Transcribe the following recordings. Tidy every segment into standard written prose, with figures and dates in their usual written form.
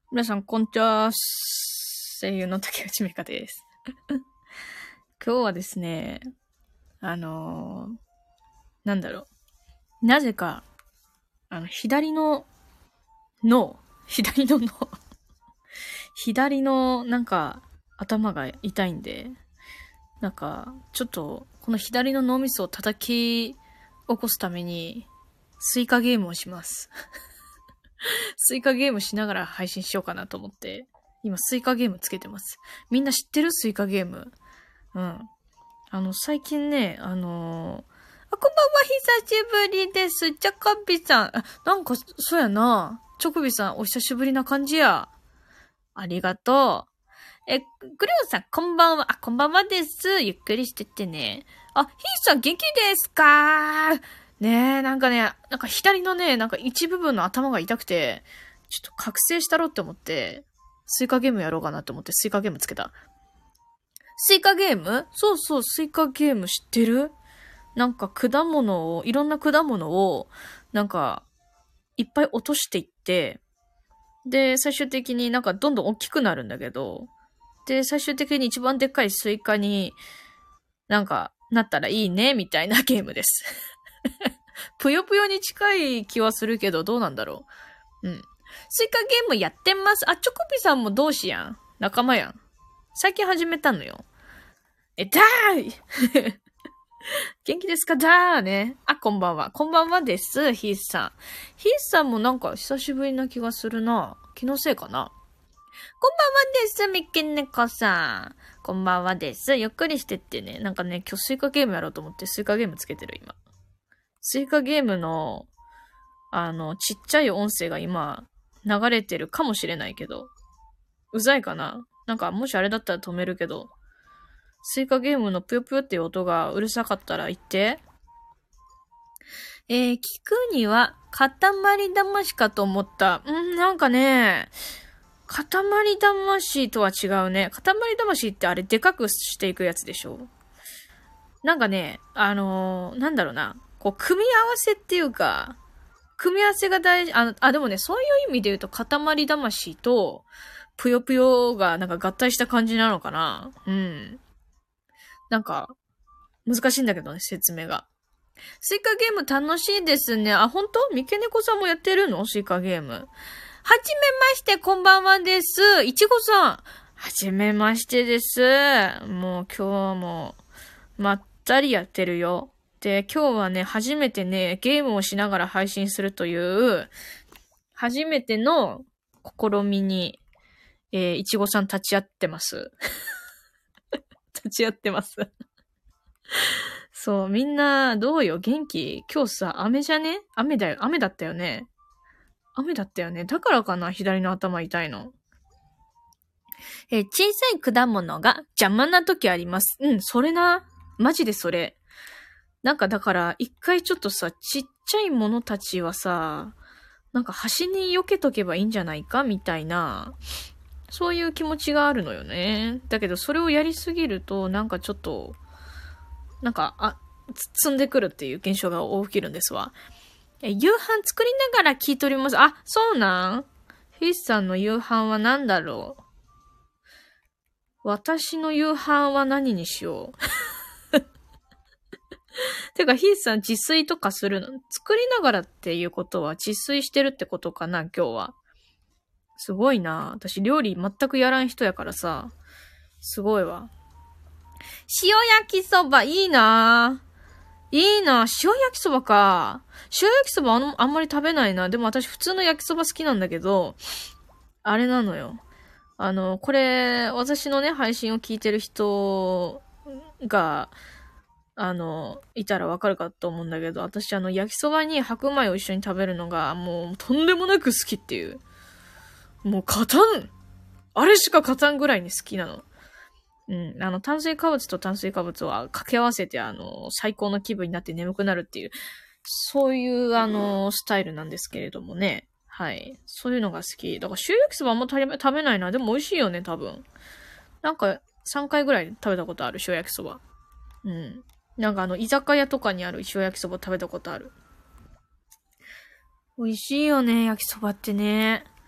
皆さん、こんにちは。声優の竹内美香です。今日はですね、なんだろう。なぜか、左の脳、左の、頭が痛いんで、ちょっと、この左の脳みそを叩き起こすために、スイカゲームをします。スイカゲームしながら配信しようかなと思って、今スイカゲームつけてます。みんな知ってるスイカゲーム。うん。最近ね、こんばんは、久しぶりです。チョコビさん。そうやな。チョコビさん、お久しぶりな感じや。ありがとう。グリオンさん、こんばんは。こんばんはです。ゆっくりしてってね。ヒーさん、元気ですか？ねえ、左のね、一部分の頭が痛くて、ちょっと覚醒したろって思って、スイカゲームやろうかなって思ってスイカゲームつけた。スイカゲーム？そうそう、スイカゲーム知ってる？いろんな果物を、いっぱい落としていって、で、最終的にどんどん大きくなるんだけど、で、最終的に一番でっかいスイカになったらいいね、みたいなゲームです。ぷよぷよに近い気はするけど、どうなんだろう。うん。スイカゲームやってます。チョコピさんも同志やん。仲間やん。最近始めたのよ。だーい元気ですか？だーね。こんばんは。こんばんはです。ヒースさん。ヒースさんも久しぶりな気がするな。気のせいかな。こんばんはです。みきねこさん。こんばんはです。ゆっくりしてってね。今日スイカゲームやろうと思ってスイカゲームつけてる今。スイカゲームの、ちっちゃい音声が今、流れてるかもしれないけど、うざいかな？もしあれだったら止めるけど、スイカゲームのぷよぷよっていう音がうるさかったら言って。聞くには、塊魂かと思った。塊魂とは違うね。塊魂ってあれでかくしていくやつでしょ？なんだろうな。組み合わせっていうか、組み合わせが大事。でもね、そういう意味で言うと、塊魂と、ぷよぷよが合体した感じなのかな？うん。難しいんだけどね、説明が。スイカゲーム楽しいですね。本当？三毛猫さんもやってるの？スイカゲーム。はじめまして、こんばんはです。いちごさん。はじめましてです。もう今日も、まったりやってるよ。で、今日はね、初めてね、ゲームをしながら配信するという、初めての試みに、いちごさん立ち会ってます。立ち会ってます。そう、みんな、どうよ？元気？今日さ、雨じゃね？雨だよ。雨だったよね。雨だったよね。だからかな、左の頭痛いの。小さい果物が邪魔な時あります。うん、それな。マジでそれ。だから、一回ちょっとさ、ちっちゃいものたちはさ、端に避けとけばいいんじゃないかみたいな、そういう気持ちがあるのよね。だけど、それをやりすぎると、ちょっと、積んでくるっていう現象が起きるんですわ。夕飯作りながら聞いております。そうなん？フィッシュさんの夕飯は何だろう？私の夕飯は何にしよう？てか、ヒースさん自炊とかするの？作りながらっていうことは自炊してるってことかな、今日は。すごいな。私料理全くやらん人やからさ。すごいわ。塩焼きそばいいな。いいな。塩焼きそばか。塩焼きそばあんまり食べないな。でも私普通の焼きそば好きなんだけど、あれなのよ。これ、私のね、配信を聞いてる人が、いたらわかるかと思うんだけど、私焼きそばに白米を一緒に食べるのが、もうとんでもなく好きっていう。もう勝たん！あれしか勝たんぐらいに好きなの。うん。炭水化物と炭水化物を掛け合わせて、最高の気分になって眠くなるっていう、そういう、スタイルなんですけれどもね。はい。そういうのが好き。だから、塩焼きそばあんま食べないな。でも美味しいよね、多分。3回ぐらい食べたことある、塩焼きそば。うん。居酒屋とかにある塩焼きそば食べたことある。美味しいよね、焼きそばってね。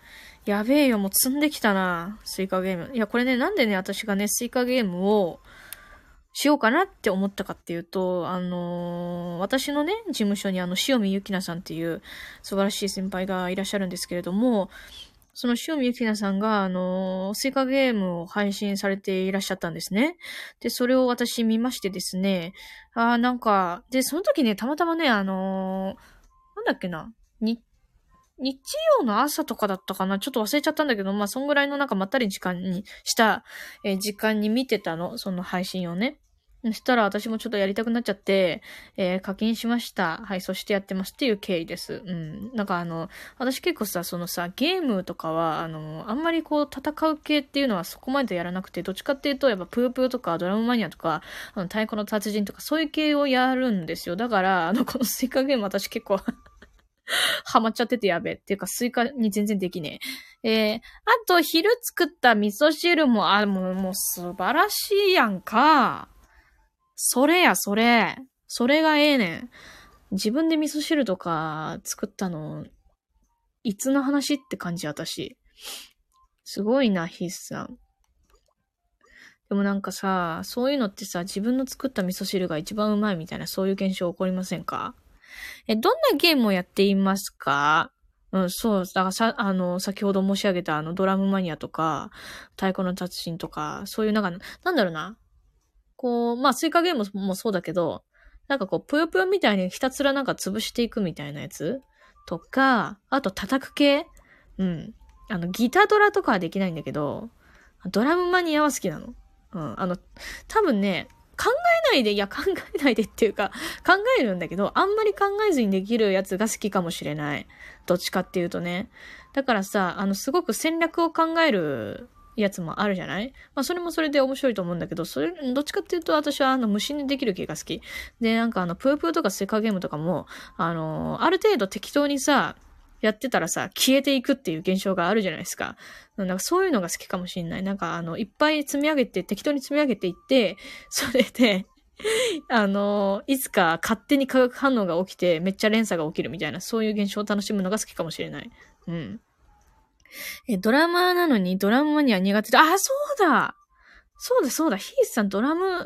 やべえよ、もう積んできたな、スイカゲーム。いや、これね、なんでね、私がね、スイカゲームをしようかなって思ったかっていうと、私のね、事務所に塩見ゆきなさんっていう素晴らしい先輩がいらっしゃるんですけれども、その塩見ゆきなさんが、スイカゲームを配信されていらっしゃったんですね。で、それを私見ましてですね、なんか、で、その時ね、たまたまね、なんだっけな、日曜の朝とかだったかなちょっと忘れちゃったんだけど、まあ、そんぐらいのなんかまったり時間にした、時間に見てたの。その配信をね。そしたら私もちょっとやりたくなっちゃって、課金しました。はい、そしてやってますっていう経緯です。うん。なんか私結構さ、そのさ、ゲームとかは、あんまりこう、戦う系っていうのはそこまでやらなくて、どっちかっていうと、やっぱぷよぷよとかドラムマニアとか、太鼓の達人とか、そういう系をやるんですよ。だから、このスイカゲーム私結構ハマっちゃっててやべえ。っていうか、スイカに全然できねえ。あと、昼作った味噌汁も、もう素晴らしいやんか。それや、それ。それがええねん。自分で味噌汁とか作ったの、いつの話って感じ、私。すごいな、ヒスさん。でもなんかさ、そういうのってさ、自分の作った味噌汁が一番うまいみたいな、そういう現象起こりませんか？どんなゲームをやっていますか？うん、そう。だから先ほど申し上げたドラムマニアとか、太鼓の達人とか、そういうなんだろうな。こう、まあ、スイカゲームもそうだけど、なんかこう、ぷよぷよみたいにひたすらなんか潰していくみたいなやつとか、あと叩く系。うん。ギタードラとかはできないんだけど、ドラムマニアは好きなの。うん。多分ね、考えないで、いや考えないでっていうか、考えるんだけど、あんまり考えずにできるやつが好きかもしれない。どっちかっていうとね。だからさ、すごく戦略を考えるやつもあるじゃない？まあ、それもそれで面白いと思うんだけど、どっちかっていうと私は無心でできる系が好き。で、なんかぷよぷよとかスイカゲームとかも、ある程度適当にさ、やってたらさ、消えていくっていう現象があるじゃないですか。なんかそういうのが好きかもしれない。なんかいっぱい積み上げて、適当に積み上げていって、それで、いつか勝手に化学反応が起きて、めっちゃ連鎖が起きるみたいな、そういう現象を楽しむのが好きかもしれない。うん。ドラマーなのにドラムマニア苦手だ。そうだそうだ。ヒースさんドラマ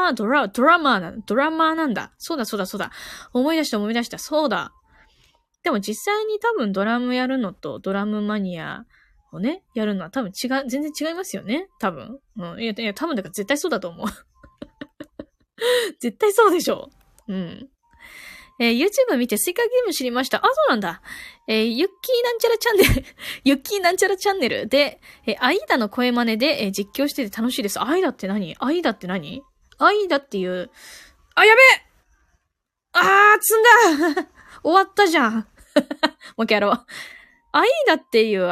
ーなんだ。そうだ。思い出した。そうだ。でも実際に多分ドラムやるのとドラムマニアをね、やるのは多分全然違いますよね。多分。うん。いや、多分だから絶対そうだと思う。絶対そうでしょう。うん。YouTube 見てスイカゲーム知りました。そうなんだ。ユッキーなんちゃらチャンネル、ユッキーなんちゃらチャンネルで、アイダの声真似で、実況してて楽しいです。アイダって何アイダっていう、やべえ積んだ終わったじゃん。もう一回やろう。アイダっていう、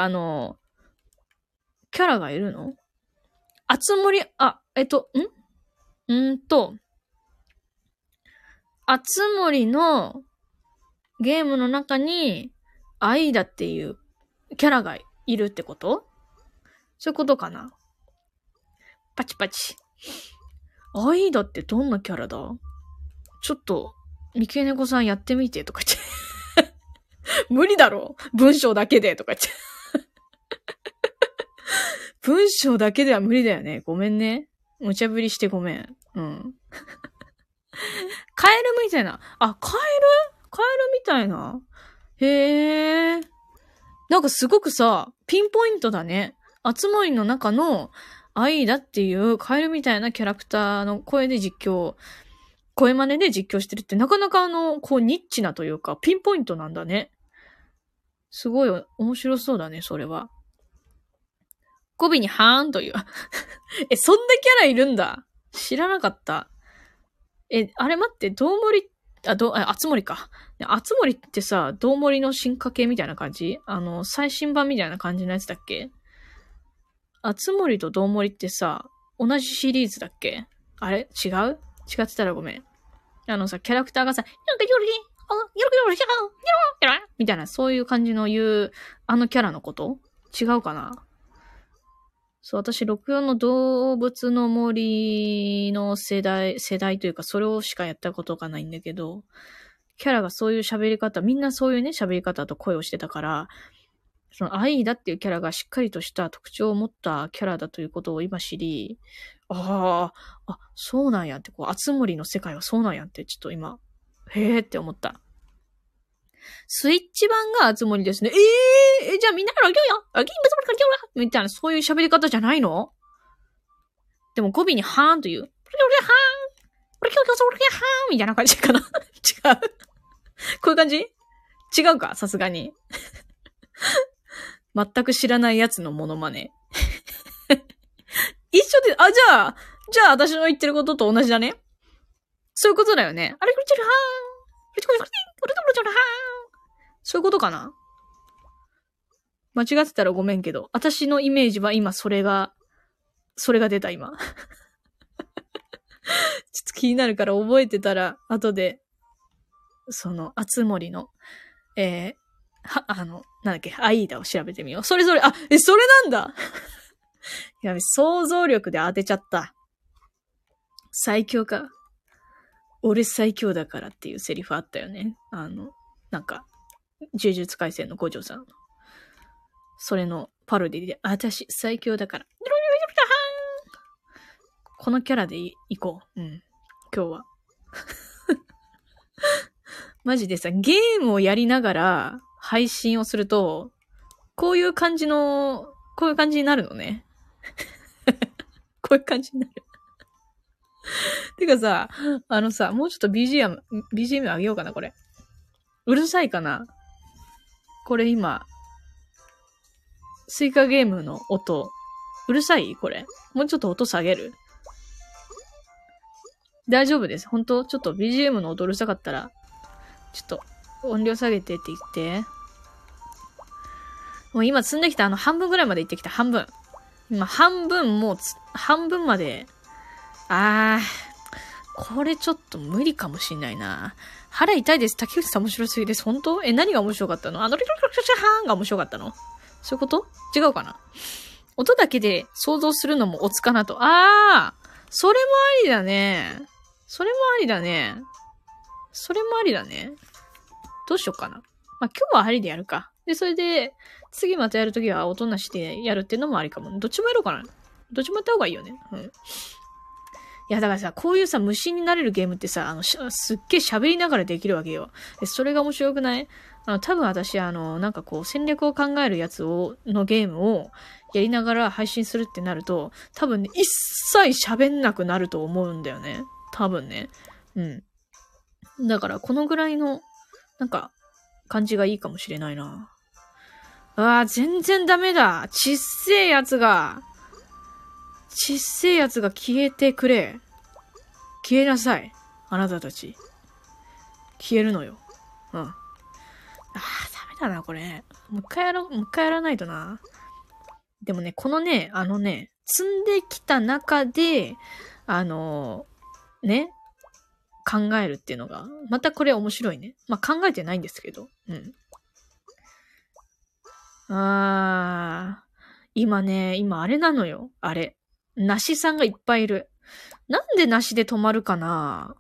キャラがいるの？あつ森、あつ森のゲームの中に、アイダっていうキャラがいるってこと？そういうことかな？パチパチ。アイダってどんなキャラだ？ちょっと、三毛猫さんやってみてとか言って。無理だろ文章だけでとか言って。文章だけでは無理だよね。ごめんね。無茶ぶりしてごめん。うん。カエルみたいな。カエルみたいな。へー。なんかすごくさ、ピンポイントだね。あつ森の中のアイダっていうカエルみたいなキャラクターの声真似で実況してるってなかなかこうニッチなというか、ピンポイントなんだね。すごい面白そうだね、それは。語尾にはーんという。そんなキャラいるんだ。知らなかった。あれ待って、あつ森か。あつ森ってさ、どうもりの進化系みたいな感じ？最新版みたいな感じのやつだっけ？あつ森とどうもりってさ、同じシリーズだっけ？あれ違ってたらごめん。キャラクターがさ、みたいな、そういう感じの言う、キャラのこと違うかな？そう、私、64の動物の森の世代というか、それをしかやったことがないんだけど、キャラがそういう喋り方、みんなそういうね、喋り方と声をしてたから、 そのアイーダっていうキャラがしっかりとした特徴を持ったキャラだということを今知り、そうなんやって、こう、あつ森の世界はそうなんやって、ちょっと今、へーって思った。スイッチ版があつ森ですね。じゃあみんなから行くよみたいな、そういう喋り方じゃないの？でも語尾にはーんという、みたいな感じかな違う。こういう感じ？違うかさすがに。全く知らないやつのモノマネ。一緒で、じゃあ私の言ってることと同じだね。そういうことだよね。あれこれちょるはーん。そういうことかな？間違ってたらごめんけど、私のイメージは今それが出た今。ちょっと気になるから覚えてたら、後で、その、あつ森の、なんだっけ、アイーダを調べてみよう。それ、それなんだやべ、想像力で当てちゃった。最強か。俺最強だからっていうセリフあったよね。なんか、呪術廻戦の五条さんの。それのパロディで、私最強だから。このキャラでいこう。うん。今日は。マジでさ、ゲームをやりながら配信をすると、こういう感じになるのね。こういう感じになる。てかさ、もうちょっと BGM 上げようかな、これ。うるさいかな？これ今、スイカゲームの音、うるさい？これ。もうちょっと音下げる？大丈夫です。本当ちょっと BGM の音うるさかったら、ちょっと音量下げてって言って。もう今積んできた半分ぐらいまで行ってきた。半分。今半分まで。これちょっと無理かもしんないな。腹痛いです。竹内さん面白すぎです。本当？何が面白かったの？リクルクルクルハーンが面白かったの？そういうこと？違うかな？音だけで想像するのもオツかなと。それもありだね。どうしようかな。まあ、今日はありでやるか。で、それで、次またやるときは音なしでやるっていうのもありかも。どっちもやろうかな。どっちもやった方がいいよね。うん。いや、だからさ、こういうさ、無心になれるゲームってさ、すっげえ喋りながらできるわけよ。それが面白くない？多分私、なんかこう、戦略を考えるやつのゲームをやりながら配信するってなると、多分ね、一切喋んなくなると思うんだよね。多分ね。うん。だから、このぐらいの、なんか、感じがいいかもしれないな。全然ダメだ。ちっせえやつが消えてくれ。消えなさい。あなたたち。消えるのよ。うん。ダメだな、これ。もう一回やらないとな。でもね、このね、積んできた中で、ね、考えるっていうのが、またこれ面白いね。まあ、考えてないんですけど。うん。今あれなのよ。あれ。梨さんがいっぱいいる。なんで梨で止まるかな？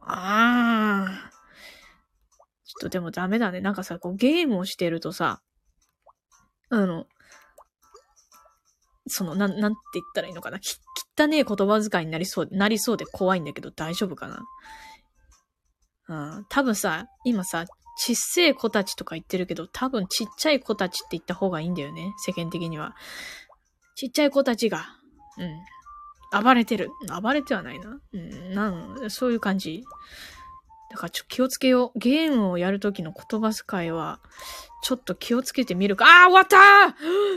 ちょっとでもダメだね。なんかさ、こうゲームをしてるとさ、なんて言ったらいいのかな。汚ねえ言葉遣いになりそうで怖いんだけど大丈夫かな？多分さ、今さ、ちっせえ子たちとか言ってるけど、多分ちっちゃい子たちって言った方がいいんだよね。世間的には。ちっちゃい子たちが、暴れてる。暴れてはないな。そういう感じ。だから気をつけよう。ゲームをやるときの言葉遣いは、ちょっと気をつけてみるか。終わったー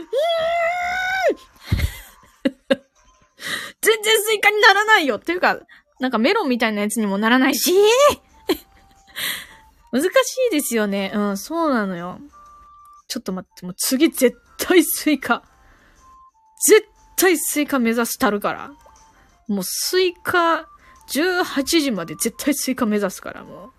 全然スイカにならないよっていうか、なんかメロンみたいなやつにもならないし難しいですよね。そうなのよ。ちょっと待って、もう次絶対スイカ目指したるから。もうスイカ、18時まで絶対スイカ目指すから、も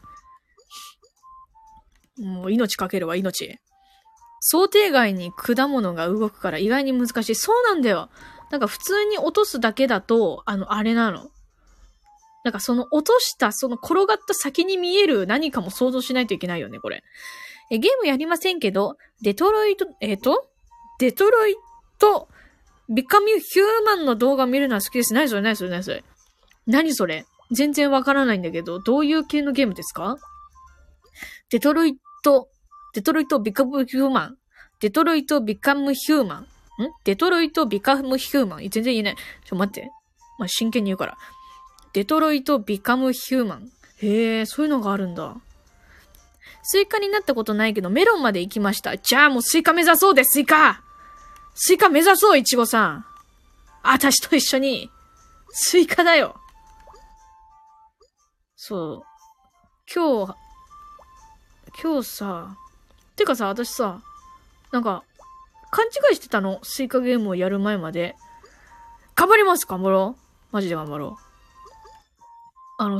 う命かけるわ、命。想定外に果物が動くから意外に難しい。そうなんだよ。なんか普通に落とすだけだと、あれなの。なんかその落とした、その転がった先に見える何かも想像しないといけないよね、これ。ゲームやりませんけど、デトロイトデトロイト、ビカムヒューマンの動画見るのは好きです。何それ何それ何それ何それ全然わからないんだけど、どういう系のゲームですか？デトロイトビカムヒューマン。デトロイトビカムヒューマン。デトロイトビカムヒューマン。全然言えない。待って。まあ、真剣に言うから。デトロイトビカムヒューマン。へえ、そういうのがあるんだ。スイカになったことないけど、メロンまで行きました。じゃあもうスイカ目指そうです、スイカ目指そう、イチゴさん。私と一緒に、スイカだよ。そう。今日さ、てかさ、私さ、なんか、勘違いしてたの。スイカゲームをやる前まで。頑張ります、頑張ろう。マジで頑張ろう。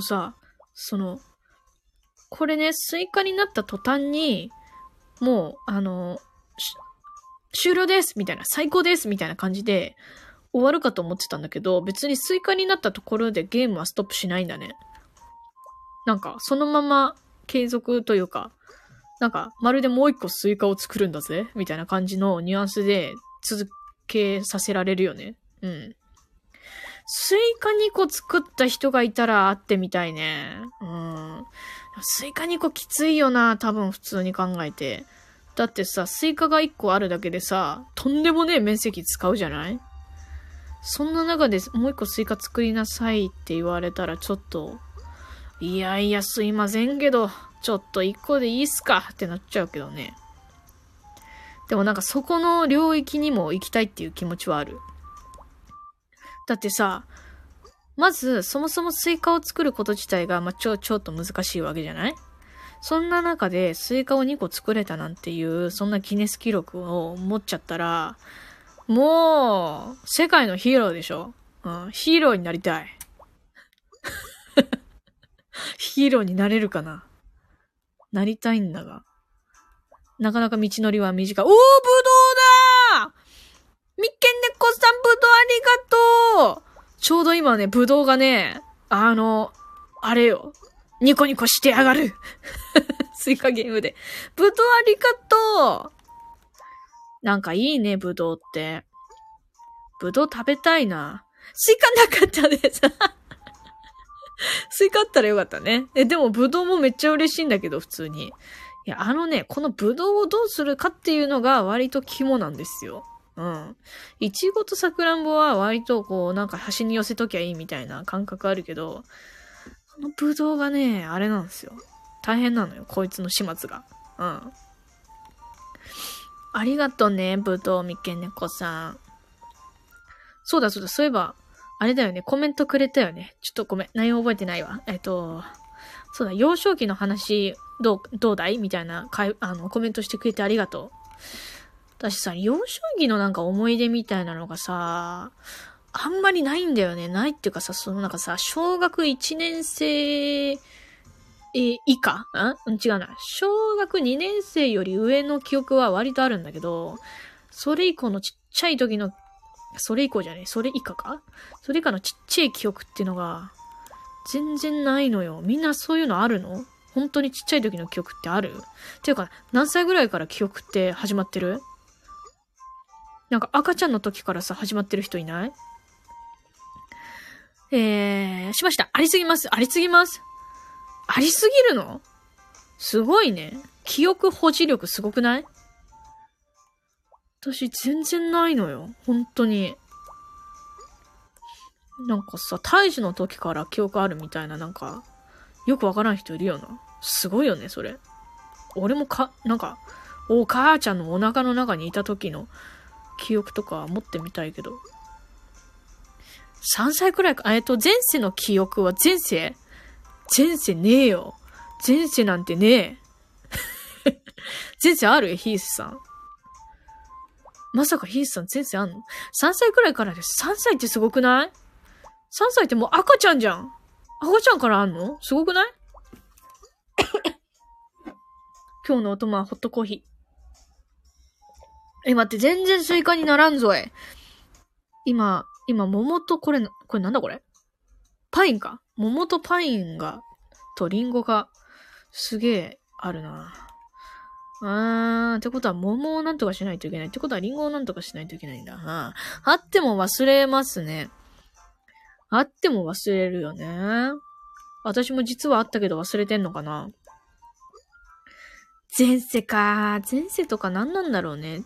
これね、スイカになった途端に、もう、終了ですみたいな、最高ですみたいな感じで終わるかと思ってたんだけど、別にスイカになったところでゲームはストップしないんだね。なんか、そのまま継続というか、なんか、まるでもう一個スイカを作るんだぜみたいな感じのニュアンスで続けさせられるよね。うん。スイカ2個作った人がいたら会ってみたいね。スイカ2個きついよな、多分普通に考えて。だってさ、スイカが1個あるだけでさ、とんでもねえ面積使うじゃない？そんな中でもう1個スイカ作りなさいって言われたらちょっと、いやいやすいませんけど、ちょっと1個でいいっすかってなっちゃうけどね。でもなんかそこの領域にも行きたいっていう気持ちはある。だってさ、まずそもそもスイカを作ること自体がちょっと難しいわけじゃない？そんな中でスイカを2個作れたなんていう、そんなギネス記録を持っちゃったら、もう、世界のヒーローでしょ？ヒーローになりたい。ヒーローになれるかな？なりたいんだが。なかなか道のりは短い。おー、ぶどうだ！みっけんねこさん、ぶどうありがとう！ちょうど今ね、ぶどうがね、あれよ。ニコニコしてやがる。スイカゲームで。ぶどうありがとう。なんかいいね、ぶどうって。ぶどう食べたいな。スイカなかったです。スイカあったらよかったね。でもぶどうもめっちゃ嬉しいんだけど、普通に。いや、このぶどうをどうするかっていうのが割と肝なんですよ。いちごとさくらんぼは割とこう、なんか端に寄せときゃいいみたいな感覚あるけど、このぶどうがね、あれなんですよ。大変なのよ、こいつの始末が。ありがとうね、ぶどうみけねこさん。そうだ、そういえば、あれだよね、コメントくれたよね。ちょっとごめん、内容覚えてないわ。そうだ、幼少期の話、どうだいみたいな、コメントしてくれてありがとう。私さ、幼少期のなんか思い出みたいなのがさ、あんまりないんだよね。ないっていうかさ、なんかさ、小学1年生、以下？違うな。小学2年生より上の記憶は割とあるんだけど、それ以降のちっちゃい時の、それ以降じゃねえ、それ以下か？それ以下のちっちゃい記憶っていうのが、全然ないのよ。みんなそういうのあるの？本当にちっちゃい時の記憶ってある？っていうか、何歳ぐらいから記憶って始まってる？なんか赤ちゃんの時からさ、始まってる人いない？しました。ありすぎます。ありすぎるの？すごいね。記憶保持力すごくない？私全然ないのよ。本当に。なんかさ、胎児の時から記憶あるみたいな、なんか、よくわからん人いるよな。すごいよね、それ。俺もなんか、お母ちゃんのお腹の中にいた時の記憶とか持ってみたいけど。3歳くらいか。前世の記憶は前世ねえよ。前世なんてねえ。前世ある？ヒースさん。まさかヒースさん前世あんの？ 3 歳くらいからです。3歳ってすごくない？ 3 歳ってもう赤ちゃんじゃん。赤ちゃんからあんの？すごくない？今日のお供はホットコーヒー。待って、全然スイカにならんぞい。今、桃とこれなんだこれ？パインか。桃とパインとリンゴがすげえあるな。 ってことは桃をなんとかしないといけない。ってことはリンゴをなんとかしないといけないんだ。あっても忘れますね。あっても忘れるよね。私も実はあったけど忘れてんのかな。前世か。前世とか何なんだろうね。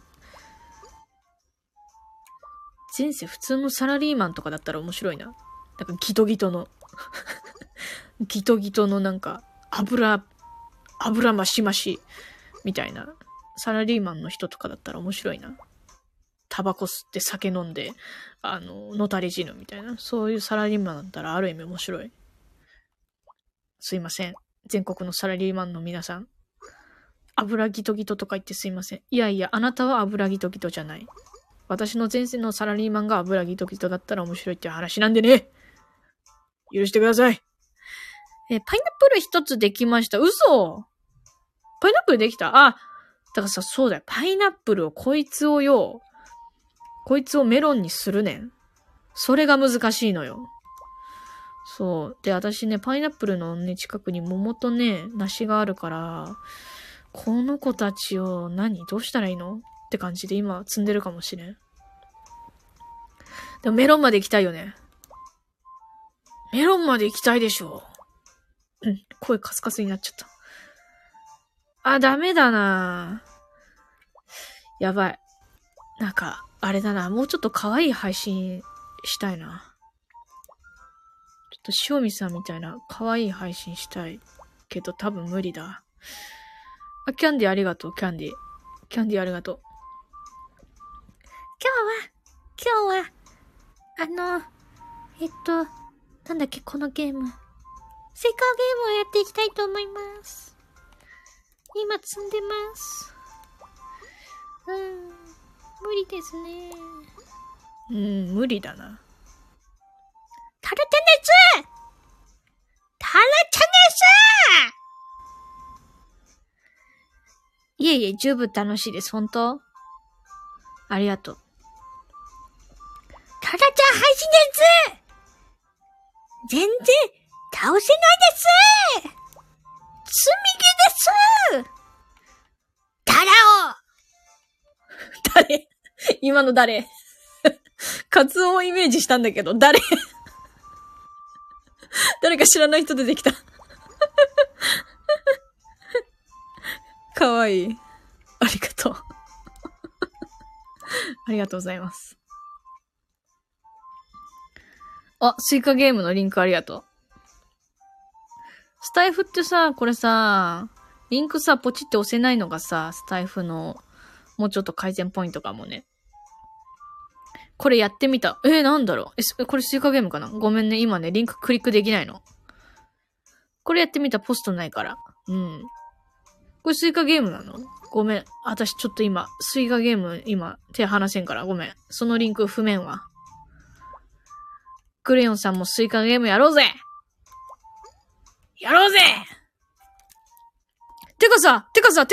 前世普通のサラリーマンとかだったら面白いな。なんかギトギトの。ギトギトのなんか油増し増しみたいな。サラリーマンの人とかだったら面白いな。タバコ吸って酒飲んで、のたれ死ぬみたいな。そういうサラリーマンだったらある意味面白い。すいません。全国のサラリーマンの皆さん。油ギトギトとか言ってすいません。いやいや、あなたは油ギトギトじゃない。私の前世のサラリーマンが油ギトギトだったら面白いっていう話なんでね。許してください。パイナップル一つできました。嘘！パイナップルできた？だからさ、そうだよ。パイナップルをこいつをメロンにするねん。それが難しいのよ。そう。で、私ね、パイナップルのね、近くに桃とね、梨があるから、この子たちをどうしたらいいのって感じで今積んでるかもしれん。でもメロンまで行きたいよね。メロンまで行きたいでしょ。声カスカスになっちゃった。ダメだな。やばい。なんか、あれだな。もうちょっと可愛い配信したいな。ちょっと塩見さんみたいな可愛い配信したいけど多分無理だ。キャンディありがとう、キャンディありがとう。今日は、なんだっけ、このゲーム。セカゲームをやっていきたいと思います。今積んでます。無理ですね。無理だな。タラチャネスいえいえ、十分楽しいです。本当？ありがとう。タラちゃん配信です！全然倒せないです！積み毛です！タラを誰？今の誰？カツオをイメージしたんだけど、誰か知らない人出てきた。かわいい。ありがとう。ありがとうございます。スイカゲームのリンクありがとう。スタイフってさ、これさ、リンクさ、ポチって押せないのがさ、スタイフのもうちょっと改善ポイントかもね。これやってみた。なんだろう。これスイカゲームかな？ごめんね。今ね、リンククリックできないの。これやってみた。ポストないから。これスイカゲームなの？ごめん。私ちょっと今、スイカゲーム手離せんからごめん。そのリンク不明わ。クレヨンさんもスイカゲームやろうぜ！やろうぜ！てかさ、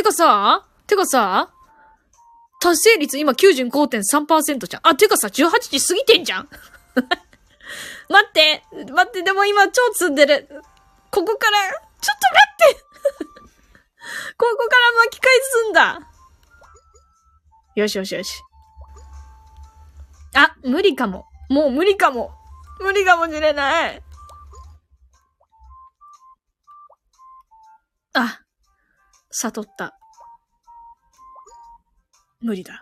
達成率今 95.3% じゃん。てかさ、18時過ぎてんじゃん。待って、でも今超積んでる。ここから、ちょっと待ってここから巻き返すんだ。よし。無理かも。もう無理かもしれない。悟った。無理だ。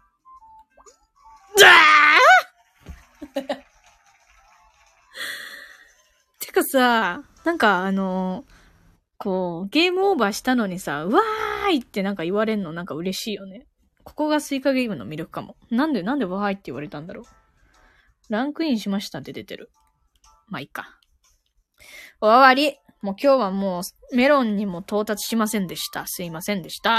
てかさ、なんかこう、ゲームオーバーしたのにさ、わーいってなんか言われんのなんか嬉しいよね。ここがスイカゲームの魅力かも。なんでわーいって言われたんだろう。ランクインしましたって出てる。まあいいか。終わり。もう今日はもうメロンにも到達しませんでした。すいませんでした。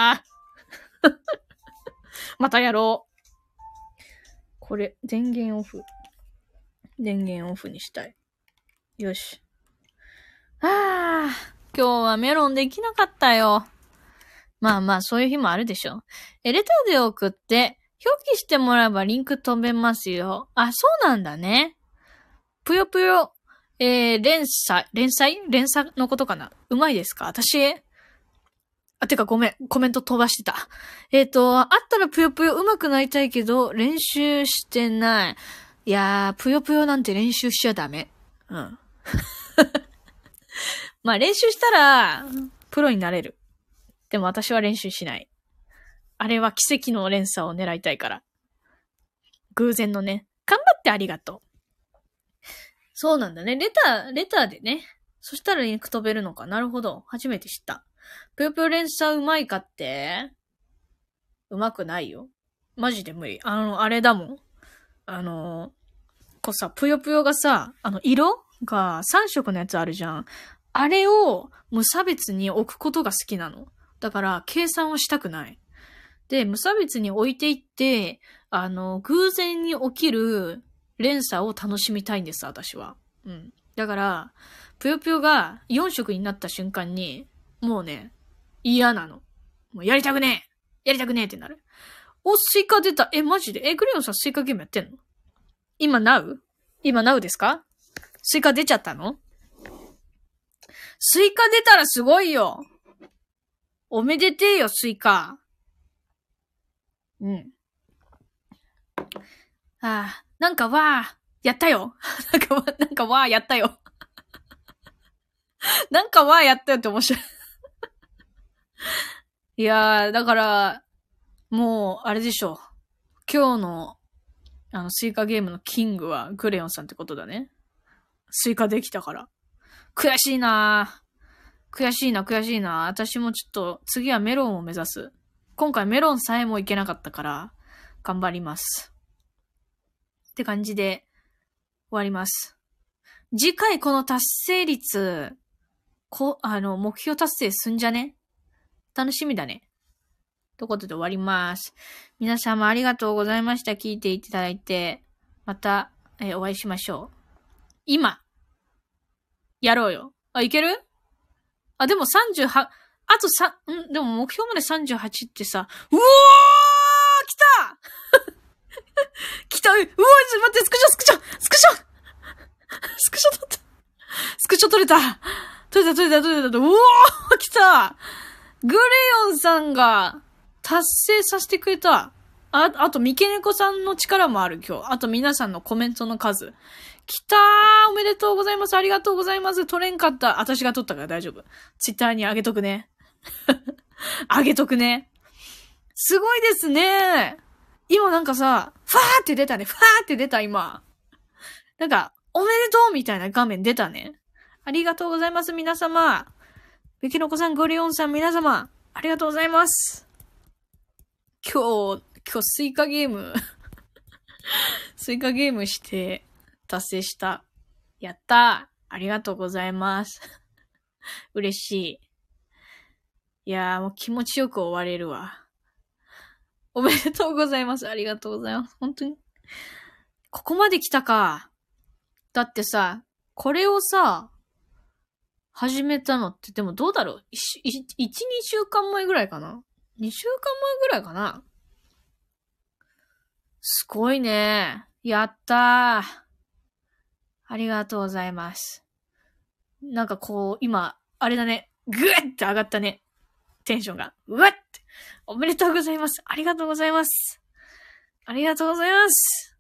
またやろう。これ、電源オフにしたい。よし。今日はメロンできなかったよ。まあ、そういう日もあるでしょ。レターで送って、表記してもらえばリンク飛べますよ。そうなんだね。ぷよぷよ、連鎖のことかな？うまいですか？私、 てかごめん。コメント飛ばしてた。あったらぷよぷよ上手くなりたいけど、練習してない。いやー、ぷよぷよなんて練習しちゃダメ。うん。まあ練習したら、プロになれる。でも私は練習しない。あれは奇跡の連鎖を狙いたいから。偶然のね。頑張ってありがとう。そうなんだね。レターでね。そしたらリンク飛べるのか。なるほど。初めて知った。ぷよぷよ連鎖うまいかってうまくないよ。マジで無理。あれだもん。こうさ、ぷよぷよがさ、色が3色のやつあるじゃん。あれを無差別に置くことが好きなの。だから、計算はしたくない。で、無差別に置いていって、偶然に起きる連鎖を楽しみたいんです、私は。うん。だから、ぷよぷよが4色になった瞬間に、もうね、嫌なの。もうやりたくねえやりたくねえってなる。お、スイカ出た。マジでグレヨンさんスイカゲームやってんの？今なうですか？スイカ出ちゃったの？スイカ出たらすごいよ。おめでてえよ、スイカ。うん。なんかやったよ。なんかやったよ。なんかやったよって面白い。いやー、だから、もう、あれでしょ。今日の、スイカゲームのキングはグレヨンさんってことだね。スイカできたから。悔しいな。私もちょっと、次はメロンを目指す。今回メロンさえもいけなかったから、頑張ります。って感じで、終わります。次回この達成率、目標達成すんじゃね？楽しみだね。ということで終わります。皆様ありがとうございました。聞いていただいて、また、お会いしましょう。今、やろうよ。いける？でも38、でも目標まで38ってさ、うおー来た来た待って、スクショ撮ったスクショ撮れたうおー来たグレヨンさんが達成させてくれた。あと、三毛猫さんの力もある今日。あと皆さんのコメントの数。来たーおめでとうございます。ありがとうございます。取れんかった。私が取ったから大丈夫。ツイッターにあげとくね。あげとくね。すごいですね。今なんかさ、ファーって出たね。ファーって出た今。なんか、おめでとうみたいな画面出たね。ありがとうございます皆様。三毛猫さん、ゴリオンさん皆様。ありがとうございます。今日スイカゲームして達成した。やったー。ありがとうございます。嬉しい。いやーもう気持ちよく終われるわ。おめでとうございます。ありがとうございます。本当に。ここまで来たか。だってさ、これをさ、始めたのって、でもどうだろう ?1、2週間前ぐらいかな ?2 週間前ぐらいかな。すごいね。やったー。ありがとうございます。なんかこう、今、あれだね。ぐーって上がったね。テンションが。うわって。おめでとうございます。ありがとうございます。ありがとうございます。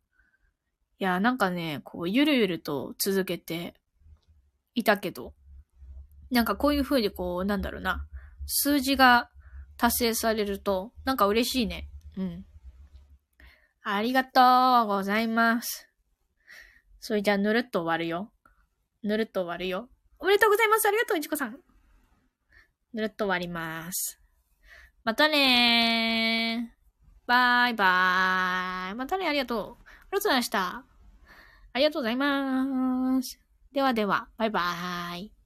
いや、なんかね、こう、ゆるゆると続けていたけど、なんかこういう風にこう、なんだろうな。数字が達成されると、なんか嬉しいね。うん。ありがとうございます。それじゃあ、ぬるっと終わるよ。ぬるっと終わるよ。おめでとうございます。ありがとう、いちこさん。ぬるっと終わります。またねー。バイバーイ。またね、ありがとう。ありがとうございました。ありがとうございます。ではでは、バイバーイ。